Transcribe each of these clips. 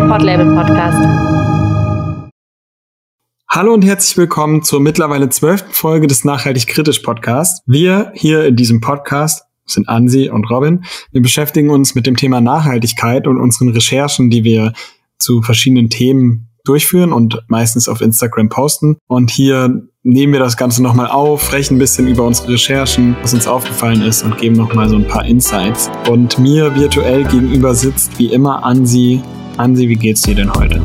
Podlabel Podcast. Hallo und herzlich willkommen zur mittlerweile 12. Folge des Nachhaltig Kritisch Podcasts. Wir hier in diesem Podcast sind Ansi und Robin. Wir beschäftigen uns mit dem Thema Nachhaltigkeit und unseren Recherchen, die wir zu verschiedenen Themen durchführen und meistens auf Instagram posten. Und hier nehmen wir das Ganze nochmal auf, sprechen ein bisschen über unsere Recherchen, was uns aufgefallen ist und geben nochmal so ein paar Insights. Und mir virtuell gegenüber sitzt wie immer Ansi. Ansi, wie geht's dir denn heute?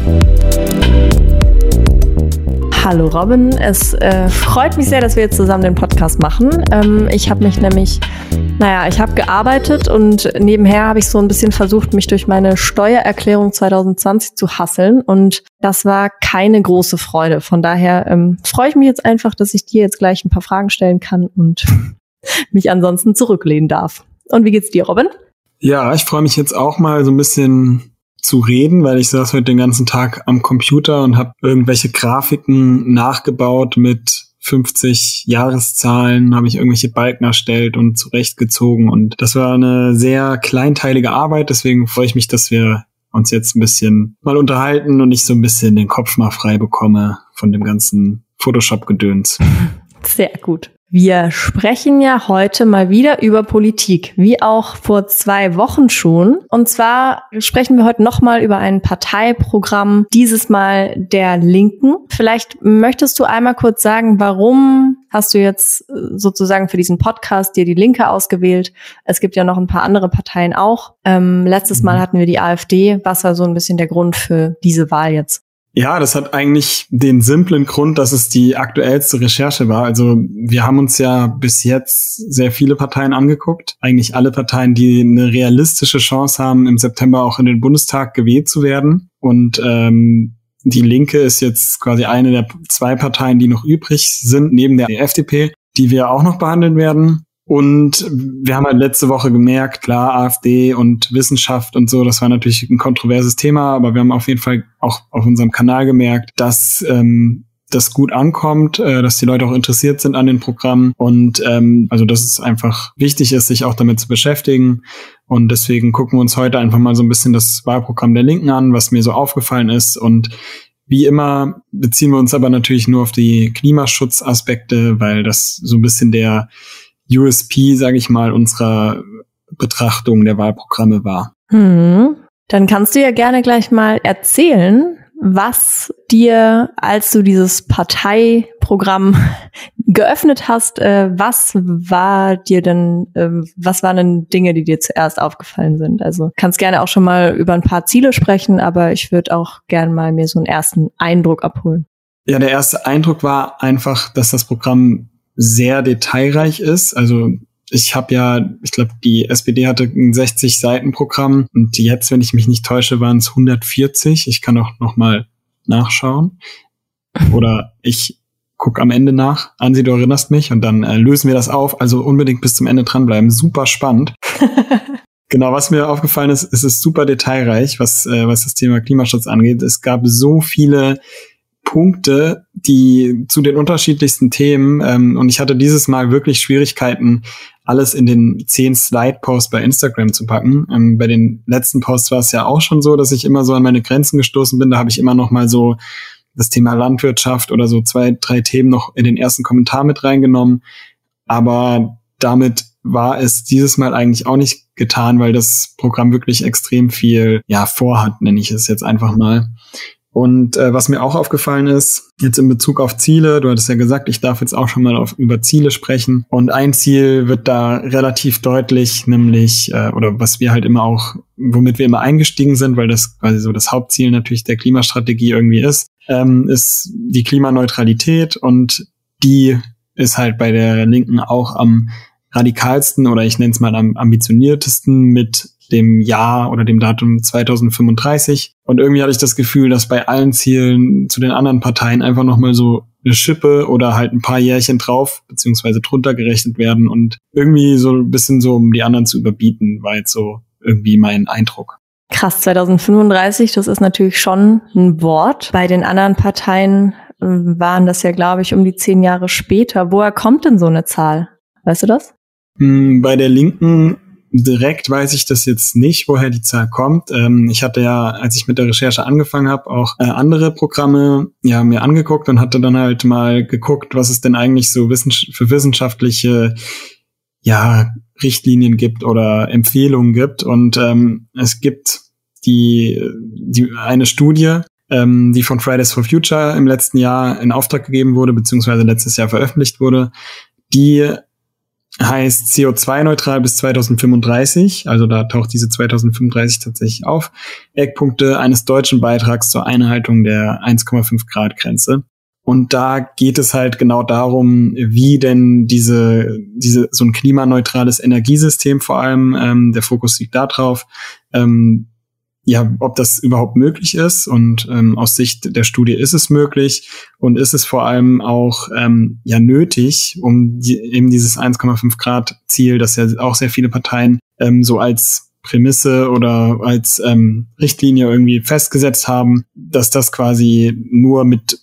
Hallo Robin, es freut mich sehr, dass wir jetzt zusammen den Podcast machen. Ich habe mich nämlich, ich habe gearbeitet und nebenher habe ich so ein bisschen versucht, mich durch meine Steuererklärung 2020 zu hasseln und das war keine große Freude. Von daher freue ich mich jetzt einfach, dass ich dir jetzt gleich ein paar Fragen stellen kann und mich ansonsten zurücklehnen darf. Und wie geht's dir, Robin? Ja, ich freue mich jetzt auch mal so ein bisschen zu reden, weil ich saß heute den ganzen Tag am Computer und habe irgendwelche Grafiken nachgebaut mit 50 Jahreszahlen, habe ich irgendwelche Balken erstellt und zurechtgezogen und das war eine sehr kleinteilige Arbeit, deswegen freue ich mich, dass wir uns jetzt ein bisschen mal unterhalten und ich so ein bisschen den Kopf mal frei bekomme von dem ganzen Photoshop-Gedöns. Sehr gut. Wir sprechen ja heute mal wieder über Politik, wie auch vor 2 Wochen schon. Und zwar sprechen wir heute nochmal über ein Parteiprogramm, dieses Mal der Linken. Vielleicht möchtest du einmal kurz sagen, warum hast du jetzt sozusagen für diesen Podcast dir die Linke ausgewählt? Es gibt ja noch ein paar andere Parteien auch. Letztes Mal hatten wir die AfD. Was war so ein bisschen der Grund für diese Wahl jetzt? Ja, das hat eigentlich den simplen Grund, dass es die aktuellste Recherche war. Also wir haben uns ja bis jetzt sehr viele Parteien angeguckt. Eigentlich alle Parteien, die eine realistische Chance haben, im September auch in den Bundestag gewählt zu werden. Und die Linke ist jetzt quasi eine der 2 Parteien, die noch übrig sind, neben der FDP, die wir auch noch behandeln werden. Und wir haben halt letzte Woche gemerkt, klar, AfD und Wissenschaft und so, das war natürlich ein kontroverses Thema, aber wir haben auf jeden Fall auch auf unserem Kanal gemerkt, dass das gut ankommt, dass die Leute auch interessiert sind an den Programmen und also dass es einfach wichtig ist, sich auch damit zu beschäftigen. Und deswegen gucken wir uns heute einfach mal so ein bisschen das Wahlprogramm der Linken an, was mir so aufgefallen ist. Und wie immer beziehen wir uns aber natürlich nur auf die Klimaschutzaspekte, weil das so ein bisschen der USP, sage ich mal, unserer Betrachtung der Wahlprogramme war. Dann kannst du ja gerne gleich mal erzählen, was dir, als du dieses Parteiprogramm geöffnet hast, was waren denn Dinge, die dir zuerst aufgefallen sind? Also kannst gerne auch schon mal über ein paar Ziele sprechen, aber ich würde auch gerne mal mir so einen ersten Eindruck abholen. Ja, der erste Eindruck war einfach, dass das Programm sehr detailreich ist. Also ich glaube, die SPD hatte ein 60-Seiten-Programm und jetzt, wenn ich mich nicht täusche, waren es 140. Ich kann auch noch mal nachschauen. Oder ich gucke am Ende nach. Ansi, du erinnerst mich und dann lösen wir das auf. Also unbedingt bis zum Ende dranbleiben. Super spannend. Genau, was mir aufgefallen ist, es ist super detailreich, was das Thema Klimaschutz angeht. Es gab so viele Punkte, die zu den unterschiedlichsten Themen und ich hatte dieses Mal wirklich Schwierigkeiten, alles in den 10 Slide-Posts bei Instagram zu packen. Bei den letzten Posts war es ja auch schon so, dass ich immer so an meine Grenzen gestoßen bin. Da habe ich immer noch mal so das Thema Landwirtschaft oder so 2, 3 Themen noch in den ersten Kommentar mit reingenommen. Aber damit war es dieses Mal eigentlich auch nicht getan, weil das Programm wirklich extrem viel vorhat, nenne ich es jetzt einfach mal. Und was mir auch aufgefallen ist, jetzt in Bezug auf Ziele, du hattest ja gesagt, ich darf jetzt auch schon mal über Ziele sprechen. Und ein Ziel wird da relativ deutlich, nämlich, oder was wir halt immer auch, womit wir immer eingestiegen sind, weil das quasi so das Hauptziel natürlich der Klimastrategie irgendwie ist die Klimaneutralität. Und die ist halt bei der Linken auch am radikalsten oder ich nenne es mal am ambitioniertesten mit dem Jahr oder dem Datum 2035. Und irgendwie hatte ich das Gefühl, dass bei allen Zielen zu den anderen Parteien einfach nochmal so eine Schippe oder halt ein paar Jährchen drauf, beziehungsweise drunter gerechnet werden und irgendwie so ein bisschen so, um die anderen zu überbieten, war jetzt so irgendwie mein Eindruck. Krass, 2035, das ist natürlich schon ein Wort. Bei den anderen Parteien waren das ja, glaube ich, um die 10 Jahre später. Woher kommt denn so eine Zahl? Weißt du das? Bei der Linken direkt weiß ich das jetzt nicht, woher die Zahl kommt. Ich hatte ja, als ich mit der Recherche angefangen habe, auch andere Programme mir angeguckt und hatte dann halt mal geguckt, was es denn eigentlich so für wissenschaftliche Richtlinien gibt oder Empfehlungen gibt. Und es gibt die eine Studie, die von Fridays for Future im letzten Jahr in Auftrag gegeben wurde, beziehungsweise letztes Jahr veröffentlicht wurde, die heißt CO2-neutral bis 2035, also da taucht diese 2035 tatsächlich auf, Eckpunkte eines deutschen Beitrags zur Einhaltung der 1,5 Grad Grenze. Und da geht es halt genau darum, wie denn so ein klimaneutrales Energiesystem vor allem, der Fokus liegt da drauf, ob das überhaupt möglich ist. Und aus Sicht der Studie ist es möglich und ist es vor allem auch nötig, um eben dieses 1,5 Grad Ziel, das ja auch sehr viele Parteien so als Prämisse oder als Richtlinie irgendwie festgesetzt haben, dass das quasi nur mit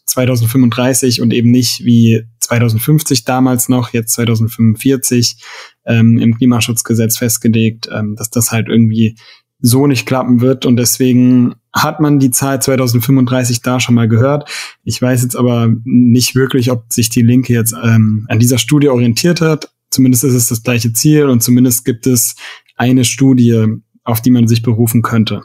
2035 und eben nicht wie 2050 damals noch, jetzt 2045 im Klimaschutzgesetz festgelegt, dass das halt irgendwie so nicht klappen wird. Und deswegen hat man die Zahl 2035 da schon mal gehört. Ich weiß jetzt aber nicht wirklich, ob sich die Linke jetzt an dieser Studie orientiert hat. Zumindest ist es das gleiche Ziel und zumindest gibt es eine Studie, auf die man sich berufen könnte.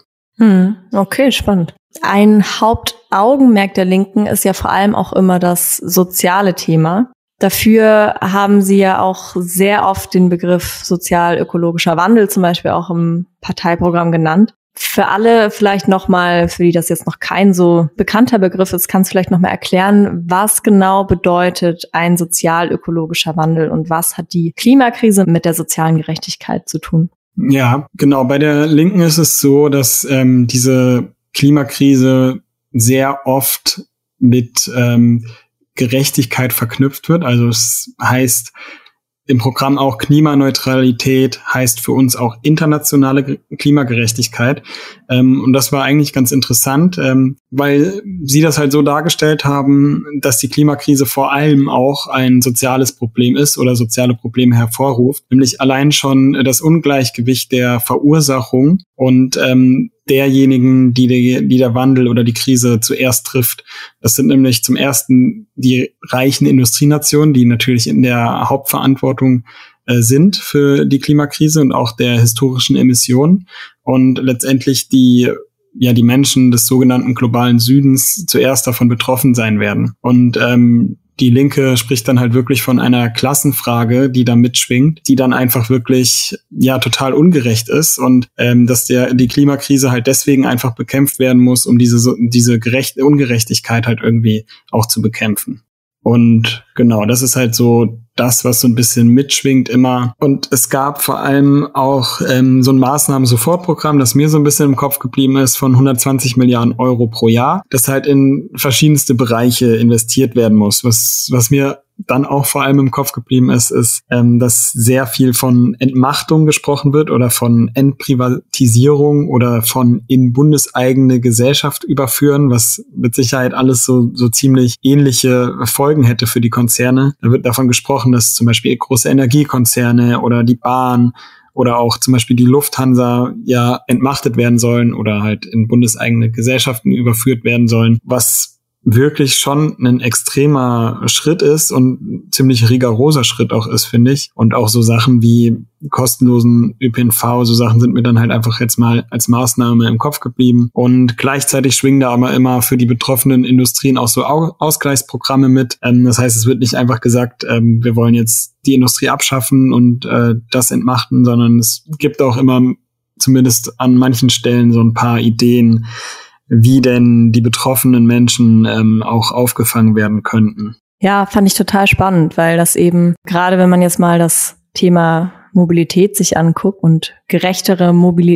Okay, spannend. Ein Hauptaugenmerk der Linken ist ja vor allem auch immer das soziale Thema. Dafür haben sie ja auch sehr oft den Begriff sozial-ökologischer Wandel zum Beispiel auch im Parteiprogramm genannt. Für alle vielleicht nochmal, für die das jetzt noch kein so bekannter Begriff ist, kannst du vielleicht nochmal erklären, was genau bedeutet ein sozial-ökologischer Wandel und was hat die Klimakrise mit der sozialen Gerechtigkeit zu tun? Ja, genau. Bei der Linken ist es so, dass diese Klimakrise sehr oft mit Gerechtigkeit verknüpft wird. Also es heißt im Programm auch Klimaneutralität, heißt für uns auch internationale Klimagerechtigkeit. Und das war eigentlich ganz interessant, weil sie das halt so dargestellt haben, dass die Klimakrise vor allem auch ein soziales Problem ist oder soziale Probleme hervorruft, nämlich allein schon das Ungleichgewicht der Verursachung und derjenigen, die der Wandel oder die Krise zuerst trifft. Das sind nämlich zum ersten die reichen Industrienationen, die natürlich in der Hauptverantwortung sind für die Klimakrise und auch der historischen Emissionen und letztendlich die Menschen des sogenannten globalen Südens zuerst davon betroffen sein werden. Und die Linke spricht dann halt wirklich von einer Klassenfrage, die da mitschwingt, die dann einfach wirklich total ungerecht ist und dass die Klimakrise halt deswegen einfach bekämpft werden muss, um diese Ungerechtigkeit halt irgendwie auch zu bekämpfen. Und genau, das ist halt so das, was so ein bisschen mitschwingt immer. Und es gab vor allem auch so ein Maßnahmen-Sofortprogramm, das mir so ein bisschen im Kopf geblieben ist, von 120 Milliarden Euro pro Jahr, das halt in verschiedenste Bereiche investiert werden muss. Was mir dann auch vor allem im Kopf geblieben ist, dass sehr viel von Entmachtung gesprochen wird oder von Entprivatisierung oder von in bundeseigene Gesellschaft überführen, was mit Sicherheit alles so ziemlich ähnliche Folgen hätte für die Konzerne. Da wird davon gesprochen, dass zum Beispiel große Energiekonzerne oder die Bahn oder auch zum Beispiel die Lufthansa entmachtet werden sollen oder halt in bundeseigene Gesellschaften überführt werden sollen, was wirklich schon ein extremer Schritt ist und ein ziemlich rigoroser Schritt auch ist, finde ich. Und auch so Sachen wie kostenlosen ÖPNV, so Sachen sind mir dann halt einfach jetzt mal als Maßnahme im Kopf geblieben. Und gleichzeitig schwingen da aber immer für die betroffenen Industrien auch so Ausgleichsprogramme mit. Das heißt, es wird nicht einfach gesagt, wir wollen jetzt die Industrie abschaffen und das entmachten, sondern es gibt auch immer zumindest an manchen Stellen so ein paar Ideen, wie denn die betroffenen Menschen auch aufgefangen werden könnten. Ja, fand ich total spannend, weil das eben, gerade wenn man jetzt mal das Thema Mobilität sich anguckt und gerechte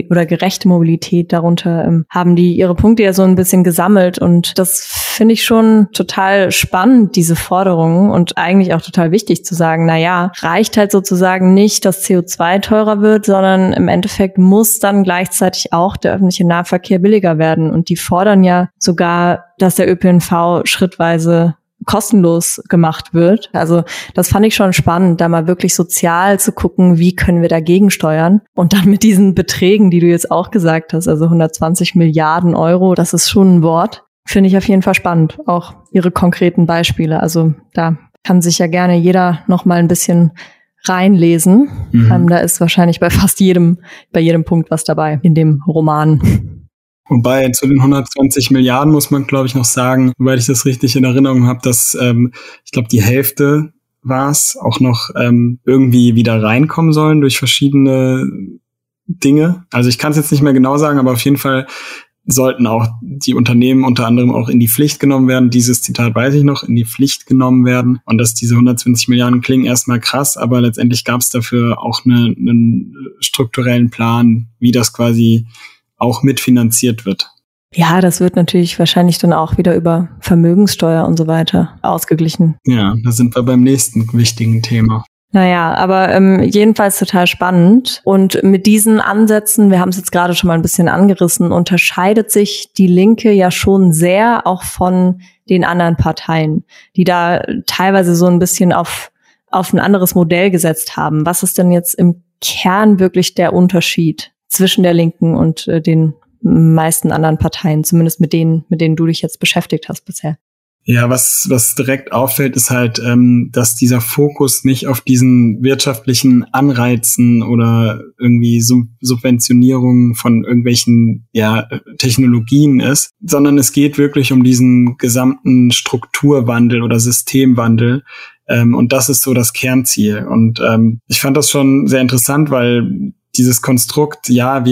Mobilität, darunter haben die ihre Punkte ja so ein bisschen gesammelt und das finde ich schon total spannend, diese Forderungen und eigentlich auch total wichtig zu sagen, reicht halt sozusagen nicht, dass CO2 teurer wird, sondern im Endeffekt muss dann gleichzeitig auch der öffentliche Nahverkehr billiger werden und die fordern ja sogar, dass der ÖPNV schrittweise kostenlos gemacht wird. Also das fand ich schon spannend, da mal wirklich sozial zu gucken, wie können wir dagegen steuern. Und dann mit diesen Beträgen, die du jetzt auch gesagt hast, also 120 Milliarden Euro, das ist schon ein Wort. Finde ich auf jeden Fall spannend, auch Ihre konkreten Beispiele. Also da kann sich ja gerne jeder noch mal ein bisschen reinlesen. Da ist wahrscheinlich bei jedem Punkt was dabei in dem Roman. Wobei zu den 120 Milliarden muss man, glaube ich, noch sagen, weil ich das richtig in Erinnerung habe, dass ich glaube, die Hälfte war es, auch noch irgendwie wieder reinkommen sollen durch verschiedene Dinge. Also ich kann es jetzt nicht mehr genau sagen, aber auf jeden Fall sollten auch die Unternehmen unter anderem auch in die Pflicht genommen werden. Dieses Zitat weiß ich noch, in die Pflicht genommen werden. Und dass diese 120 Milliarden klingen erstmal krass, aber letztendlich gab es dafür auch einen strukturellen Plan, wie das quasi auch mitfinanziert wird. Ja, das wird natürlich wahrscheinlich dann auch wieder über Vermögenssteuer und so weiter ausgeglichen. Ja, da sind wir beim nächsten wichtigen Thema. Naja, aber jedenfalls total spannend. Und mit diesen Ansätzen, wir haben es jetzt gerade schon mal ein bisschen angerissen, unterscheidet sich die Linke ja schon sehr auch von den anderen Parteien, die da teilweise so ein bisschen auf ein anderes Modell gesetzt haben. Was ist denn jetzt im Kern wirklich der Unterschied zwischen der Linken und den meisten anderen Parteien, zumindest mit denen du dich jetzt beschäftigt hast bisher? Ja, was direkt auffällt, ist halt, dass dieser Fokus nicht auf diesen wirtschaftlichen Anreizen oder irgendwie Subventionierungen von irgendwelchen Technologien ist, sondern es geht wirklich um diesen gesamten Strukturwandel oder Systemwandel. Und das ist so das Kernziel. Und ich fand das schon sehr interessant, weil dieses Konstrukt,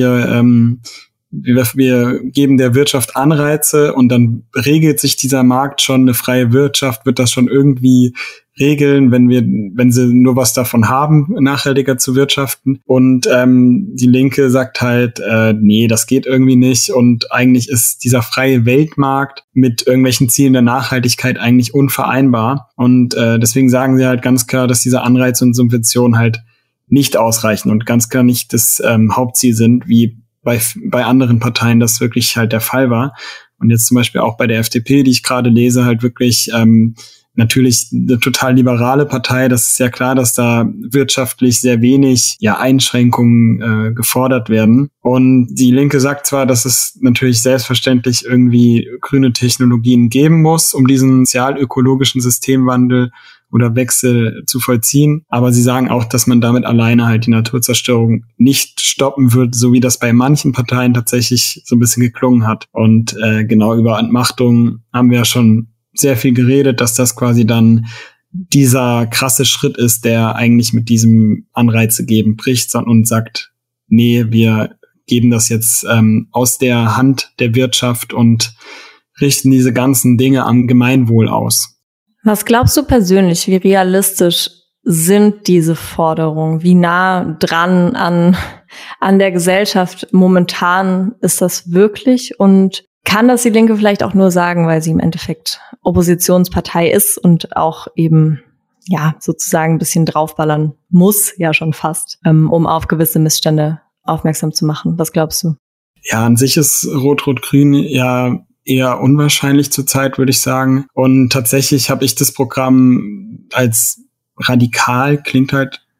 wir geben der Wirtschaft Anreize und dann regelt sich dieser Markt schon, eine freie Wirtschaft wird das schon irgendwie regeln, wenn sie nur was davon haben, nachhaltiger zu wirtschaften. Und die Linke sagt halt, nee, das geht irgendwie nicht. Und eigentlich ist dieser freie Weltmarkt mit irgendwelchen Zielen der Nachhaltigkeit eigentlich unvereinbar. Und deswegen sagen sie halt ganz klar, dass diese Anreize und Subventionen halt nicht ausreichen und ganz klar nicht das Hauptziel sind, wie bei anderen Parteien das wirklich halt der Fall war. Und jetzt zum Beispiel auch bei der FDP, die ich gerade lese, halt wirklich natürlich eine total liberale Partei. Das ist ja klar, dass da wirtschaftlich sehr wenig Einschränkungen gefordert werden. Und die Linke sagt zwar, dass es natürlich selbstverständlich irgendwie grüne Technologien geben muss, um diesen sozial-ökologischen Systemwandel oder Wechsel zu vollziehen. Aber sie sagen auch, dass man damit alleine halt die Naturzerstörung nicht stoppen wird, so wie das bei manchen Parteien tatsächlich so ein bisschen geklungen hat. Und genau über Entmachtung haben wir ja schon sehr viel geredet, dass das quasi dann dieser krasse Schritt ist, der eigentlich mit diesem Anreize geben bricht und sagt, nee, wir geben das jetzt aus der Hand der Wirtschaft und richten diese ganzen Dinge am Gemeinwohl aus. Was glaubst du persönlich, wie realistisch sind diese Forderungen? Wie nah dran an der Gesellschaft momentan ist das wirklich? Und kann das die Linke vielleicht auch nur sagen, weil sie im Endeffekt Oppositionspartei ist und auch eben sozusagen ein bisschen draufballern muss, ja schon fast, um auf gewisse Missstände aufmerksam zu machen? Was glaubst du? Ja, an sich ist Rot-Rot-Grün ja eher unwahrscheinlich zurzeit, würde ich sagen. Und tatsächlich habe ich das Programm als radikal, klingt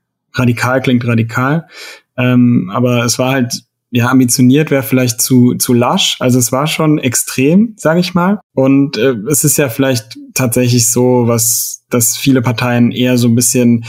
radikal, aber es war halt, ambitioniert wäre vielleicht zu lasch. Also es war schon extrem, sage ich mal. Und es ist ja vielleicht tatsächlich so, dass viele Parteien eher so ein bisschen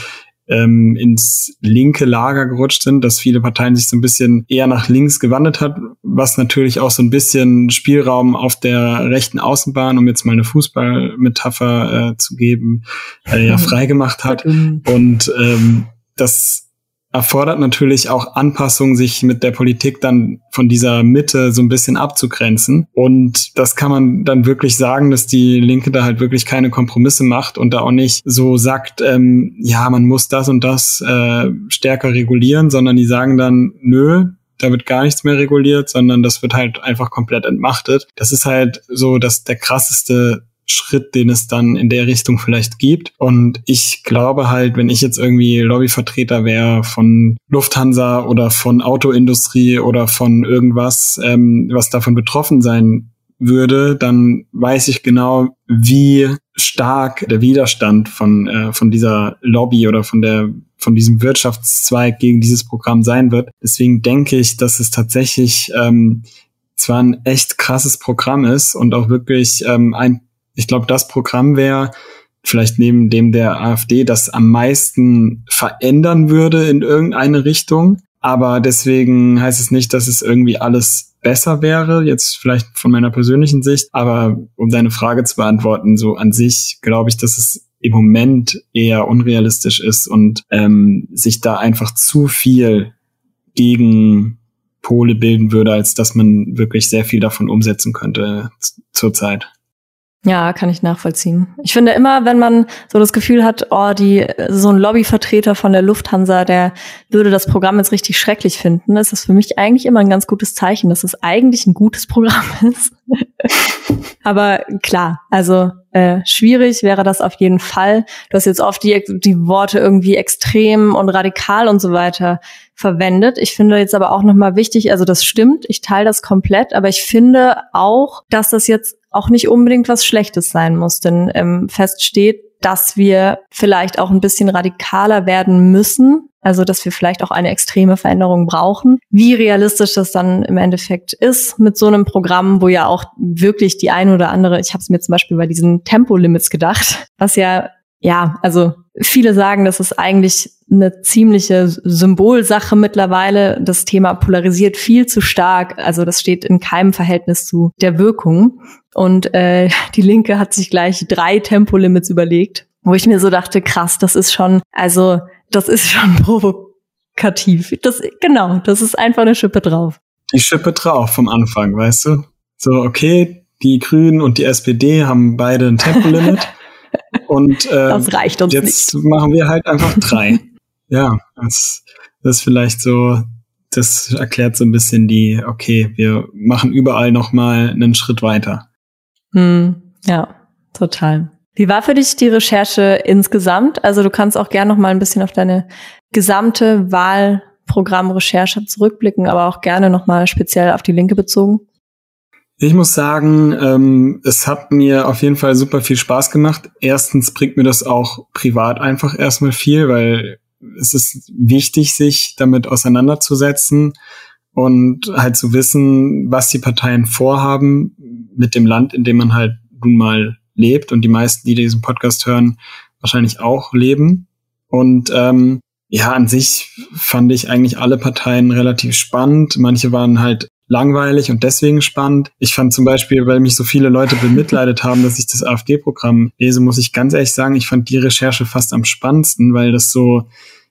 ins linke Lager gerutscht sind, dass viele Parteien sich so ein bisschen eher nach links gewandelt hat, was natürlich auch so ein bisschen Spielraum auf der rechten Außenbahn, um jetzt mal eine Fußballmetapher zu geben, freigemacht hat. Und das erfordert natürlich auch Anpassung, sich mit der Politik dann von dieser Mitte so ein bisschen abzugrenzen. Und das kann man dann wirklich sagen, dass die Linke da halt wirklich keine Kompromisse macht und da auch nicht so sagt, man muss das und das stärker regulieren, sondern die sagen dann, nö, da wird gar nichts mehr reguliert, sondern das wird halt einfach komplett entmachtet. Das ist halt so, dass der krasseste Schritt, den es dann in der Richtung vielleicht gibt. Und ich glaube halt, wenn ich jetzt irgendwie Lobbyvertreter wäre von Lufthansa oder von Autoindustrie oder von irgendwas, was davon betroffen sein würde, dann weiß ich genau, wie stark der Widerstand von dieser Lobby oder von diesem Wirtschaftszweig gegen dieses Programm sein wird. Deswegen denke ich, dass es tatsächlich zwar ein echt krasses Programm ist und auch wirklich ich glaube, das Programm wäre vielleicht neben dem der AfD, das am meisten verändern würde in irgendeine Richtung. Aber deswegen heißt es nicht, dass es irgendwie alles besser wäre, jetzt vielleicht von meiner persönlichen Sicht. Aber um deine Frage zu beantworten, so an sich glaube ich, dass es im Moment eher unrealistisch ist und sich da einfach zu viel Gegenpole bilden würde, als dass man wirklich sehr viel davon umsetzen könnte zurzeit. Ja, kann ich nachvollziehen. Ich finde immer, wenn man so das Gefühl hat, so ein Lobbyvertreter von der Lufthansa, der würde das Programm jetzt richtig schrecklich finden, ist das für mich eigentlich immer ein ganz gutes Zeichen, dass es eigentlich ein gutes Programm ist. Aber klar, also schwierig wäre das auf jeden Fall. Du hast jetzt oft die Worte irgendwie extrem und radikal und so weiter verwendet. Ich finde jetzt aber auch nochmal wichtig, also das stimmt, ich teile das komplett, aber ich finde auch, dass das jetzt auch nicht unbedingt was Schlechtes sein muss, denn fest steht, dass wir vielleicht auch ein bisschen radikaler werden müssen, also dass wir vielleicht auch eine extreme Veränderung brauchen. Wie realistisch das dann im Endeffekt ist mit so einem Programm, wo ja auch wirklich die eine oder andere, ich habe es mir zum Beispiel bei diesen Tempolimits gedacht, was ja, also viele sagen, das ist eigentlich eine ziemliche Symbolsache mittlerweile. Das Thema polarisiert viel zu stark. Also das steht in keinem Verhältnis zu der Wirkung. Und die Linke hat sich gleich 3 Tempolimits überlegt, wo ich mir so dachte, krass, das ist schon provokativ. Das ist einfach eine Schippe drauf. Die Schippe drauf vom Anfang, weißt du? So, okay, die Grünen und die SPD haben beide ein Tempolimit. Und das reicht uns jetzt nicht. Machen wir halt einfach 3. Ja, das ist vielleicht so, das erklärt so ein bisschen wir machen überall noch mal einen Schritt weiter. Ja, total. Wie war für dich die Recherche insgesamt? Also du kannst auch gerne noch mal ein bisschen auf deine gesamte Wahlprogrammrecherche zurückblicken, aber auch gerne noch mal speziell auf die Linke bezogen. Ich muss sagen, es hat mir auf jeden Fall super viel Spaß gemacht. Erstens bringt mir das auch privat einfach erstmal viel, weil es ist wichtig, sich damit auseinanderzusetzen und halt zu wissen, was die Parteien vorhaben mit dem Land, in dem man halt nun mal lebt und die meisten, die diesen Podcast hören, wahrscheinlich auch leben. Und an sich fand ich eigentlich alle Parteien relativ spannend. Manche waren halt langweilig und deswegen spannend. Ich fand zum Beispiel, weil mich so viele Leute bemitleidet haben, dass ich das AfD-Programm lese, muss ich ganz ehrlich sagen, ich fand die Recherche fast am spannendsten, weil das so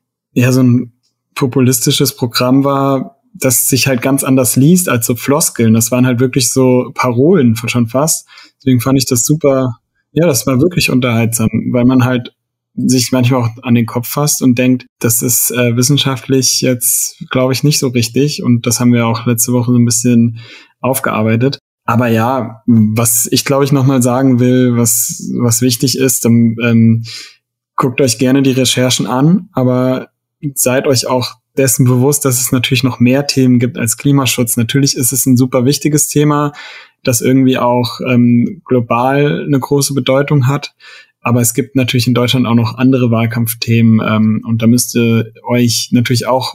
ein populistisches Programm war, das sich halt ganz anders liest als so Floskeln. Das waren halt wirklich so Parolen schon fast. Deswegen fand ich das super, das war wirklich unterhaltsam, weil man halt sich manchmal auch an den Kopf fasst und denkt, das ist wissenschaftlich jetzt, glaube ich, nicht so richtig. Und das haben wir auch letzte Woche so ein bisschen aufgearbeitet. Aber ja, was ich, glaube ich, nochmal sagen will, was wichtig ist, dann guckt euch gerne die Recherchen an, aber seid euch auch dessen bewusst, dass es natürlich noch mehr Themen gibt als Klimaschutz. Natürlich ist es ein super wichtiges Thema, das irgendwie auch global eine große Bedeutung hat. Aber es gibt natürlich in Deutschland auch noch andere Wahlkampfthemen und da müsst ihr euch natürlich auch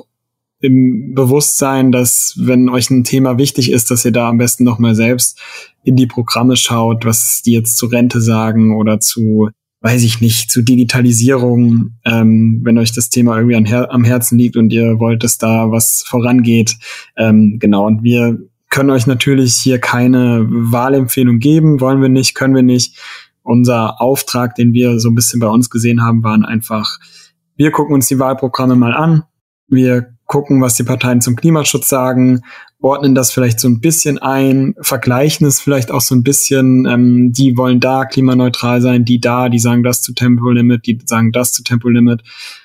im Bewusstsein, dass wenn euch ein Thema wichtig ist, dass ihr da am besten noch mal selbst in die Programme schaut, was die jetzt zu Rente sagen oder zu, weiß ich nicht, zu Digitalisierung, wenn euch das Thema irgendwie am Herzen liegt und ihr wollt, dass da was vorangeht. Genau, und wir können euch natürlich hier keine Wahlempfehlung geben, wollen wir nicht, können wir nicht. Unser Auftrag, den wir so ein bisschen bei uns gesehen haben, waren einfach, wir gucken uns die Wahlprogramme mal an, wir gucken, was die Parteien zum Klimaschutz sagen, ordnen das vielleicht so ein bisschen ein, vergleichen es vielleicht auch so ein bisschen, die wollen da klimaneutral sein, die sagen das zu Tempolimit, die sagen das zu Tempolimit.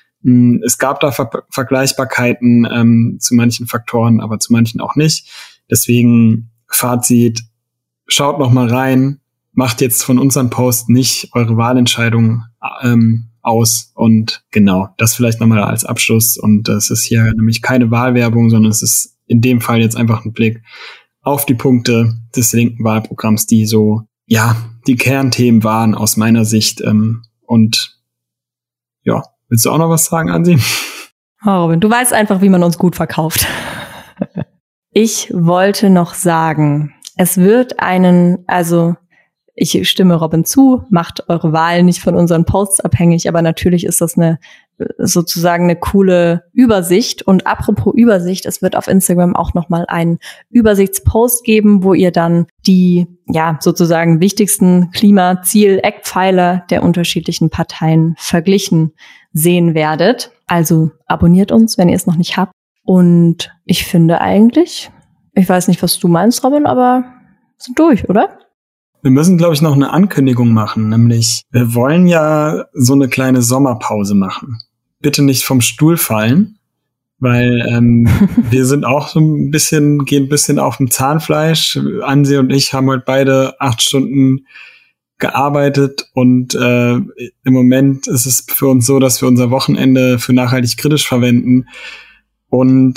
Es gab da Vergleichbarkeiten zu manchen Faktoren, aber zu manchen auch nicht. Deswegen Fazit, schaut noch mal rein, macht jetzt von unseren Post nicht eure Wahlentscheidung aus. Und genau, das vielleicht nochmal als Abschluss. Und das ist hier nämlich keine Wahlwerbung, sondern es ist in dem Fall jetzt einfach ein Blick auf die Punkte des linken Wahlprogramms, die so die Kernthemen waren aus meiner Sicht. Und ja, willst du auch noch was sagen, Ansi? Oh, Robin, du weißt einfach, wie man uns gut verkauft. Ich wollte noch sagen, es wird ich stimme Robin zu, macht eure Wahl nicht von unseren Posts abhängig, aber natürlich ist das sozusagen eine coole Übersicht. Und apropos Übersicht, es wird auf Instagram auch nochmal einen Übersichtspost geben, wo ihr dann die, sozusagen wichtigsten Klimaziel-Eckpfeiler der unterschiedlichen Parteien verglichen sehen werdet. Also abonniert uns, wenn ihr es noch nicht habt. Und ich finde eigentlich, ich weiß nicht, was du meinst, Robin, aber wir sind durch, oder? Wir müssen, glaube ich, noch eine Ankündigung machen, nämlich wir wollen ja so eine kleine Sommerpause machen. Bitte nicht vom Stuhl fallen, weil wir sind auch gehen ein bisschen auf dem Zahnfleisch. Ansi und ich haben heute beide 8 Stunden gearbeitet und im Moment ist es für uns so, dass wir unser Wochenende für nachhaltig kritisch verwenden. Und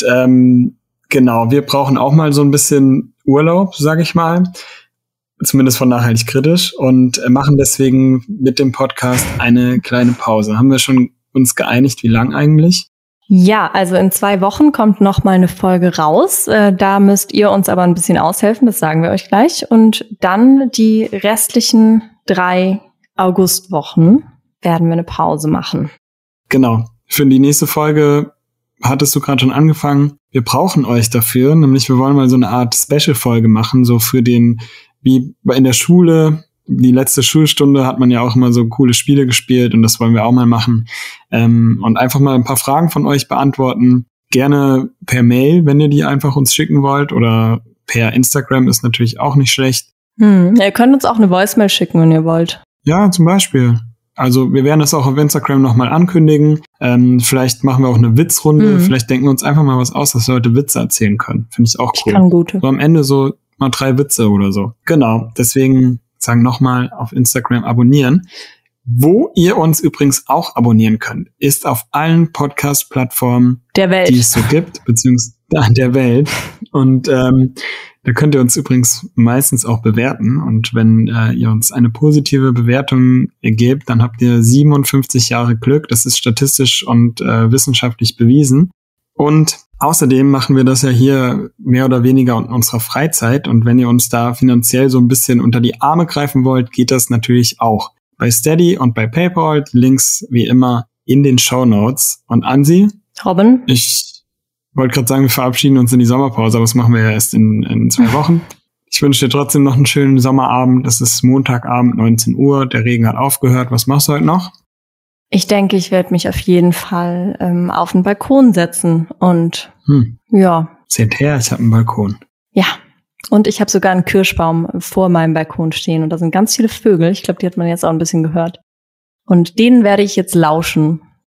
genau, wir brauchen auch mal so ein bisschen Urlaub, sage ich mal. Zumindest von nachhaltig kritisch und machen deswegen mit dem Podcast eine kleine Pause. Haben wir schon uns geeinigt, wie lang eigentlich? Ja, also in 2 Wochen kommt noch mal eine Folge raus. Da müsst ihr uns aber ein bisschen aushelfen, das sagen wir euch gleich. Und dann die restlichen 3 Augustwochen werden wir eine Pause machen. Genau. Für die nächste Folge hattest du gerade schon angefangen. Wir brauchen euch dafür, nämlich wir wollen mal so eine Art Special-Folge machen, so für den, wie in der Schule, die letzte Schulstunde hat man ja auch immer so coole Spiele gespielt und das wollen wir auch mal machen. Und einfach mal ein paar Fragen von euch beantworten. Gerne per Mail, wenn ihr die einfach uns schicken wollt, oder per Instagram ist natürlich auch nicht schlecht. Ihr könnt uns auch eine Voicemail schicken, wenn ihr wollt. Ja, zum Beispiel. Also wir werden das auch auf Instagram nochmal ankündigen. Vielleicht machen wir auch eine Witzrunde. Vielleicht denken wir uns einfach mal was aus, dass Leute Witze erzählen können. Finde ich auch cool. Ich kann gute. So am Ende so mal 3 Witze oder so. Genau, deswegen sagen nochmal auf Instagram abonnieren. Wo ihr uns übrigens auch abonnieren könnt, ist auf allen Podcast-Plattformen, der Welt, die es so gibt, beziehungsweise der Welt. Und da könnt ihr uns übrigens meistens auch bewerten. Und wenn ihr uns eine positive Bewertung gebt, dann habt ihr 57 Jahre Glück. Das ist statistisch und wissenschaftlich bewiesen. Und außerdem machen wir das ja hier mehr oder weniger in unserer Freizeit. Und wenn ihr uns da finanziell so ein bisschen unter die Arme greifen wollt, geht das natürlich auch. Bei Steady und bei PayPal, die Links wie immer in den Shownotes. Und Ansi? Robin? Ich wollte gerade sagen, wir verabschieden uns in die Sommerpause, aber das machen wir ja erst in 2 Wochen. Ich wünsche dir trotzdem noch einen schönen Sommerabend. Es ist Montagabend, 19 Uhr. Der Regen hat aufgehört. Was machst du heute noch? Ich denke, ich werde mich auf jeden Fall auf den Balkon setzen und ja. Seht her, ich habe einen Balkon. Ja, und ich habe sogar einen Kirschbaum vor meinem Balkon stehen und da sind ganz viele Vögel. Ich glaube, die hat man jetzt auch ein bisschen gehört. Und denen werde ich jetzt lauschen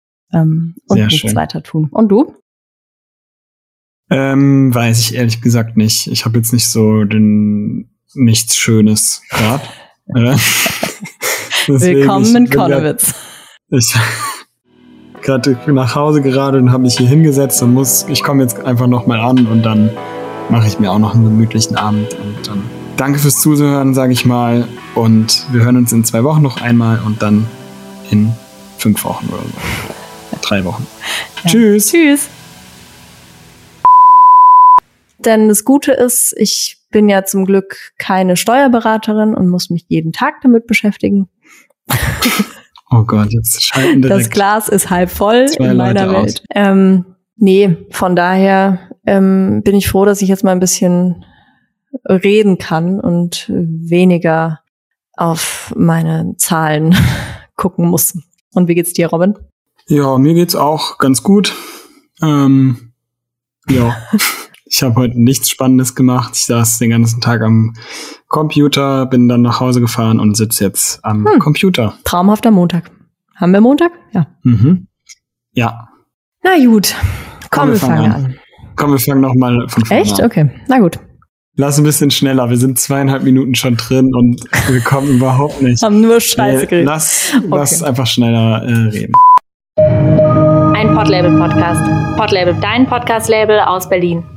und nichts weiter tun. Und du? Weiß ich ehrlich gesagt nicht. Ich habe jetzt nicht so nichts Schönes gerade. Willkommen in Konnewitz. Ich gerade nach Hause gerade und habe mich hier hingesetzt und ich komme jetzt einfach noch mal an und dann mache ich mir auch noch einen gemütlichen Abend. Und dann danke fürs Zuhören, sage ich mal. Und wir hören uns in 2 Wochen noch einmal und dann in 5 Wochen oder so. 3 Wochen. Ja. Tschüss. Tschüss. Denn das Gute ist, ich bin ja zum Glück keine Steuerberaterin und muss mich jeden Tag damit beschäftigen. Oh Gott, jetzt schalten direkt. Das Glas ist halb voll in meiner Welt. Nee, von daher bin ich froh, dass ich jetzt mal ein bisschen reden kann und weniger auf meine Zahlen gucken muss. Und wie geht's dir, Robin? Ja, mir geht's auch ganz gut. Ja, ich habe heute nichts Spannendes gemacht. Ich saß den ganzen Tag am Computer, bin dann nach Hause gefahren und sitze jetzt am Computer. Traumhafter Montag. Haben wir Montag? Ja. Ja. Na gut. Komm, wir fangen an. Komm, wir fangen nochmal von vorne an. Echt? Okay, na gut. Lass ein bisschen schneller. Wir sind 2,5 Minuten schon drin und wir kommen überhaupt nicht. Haben nur Scheiße geredet. Lass einfach schneller reden. Ein Podlabel-Podcast. Podlabel, dein Podcast-Label aus Berlin.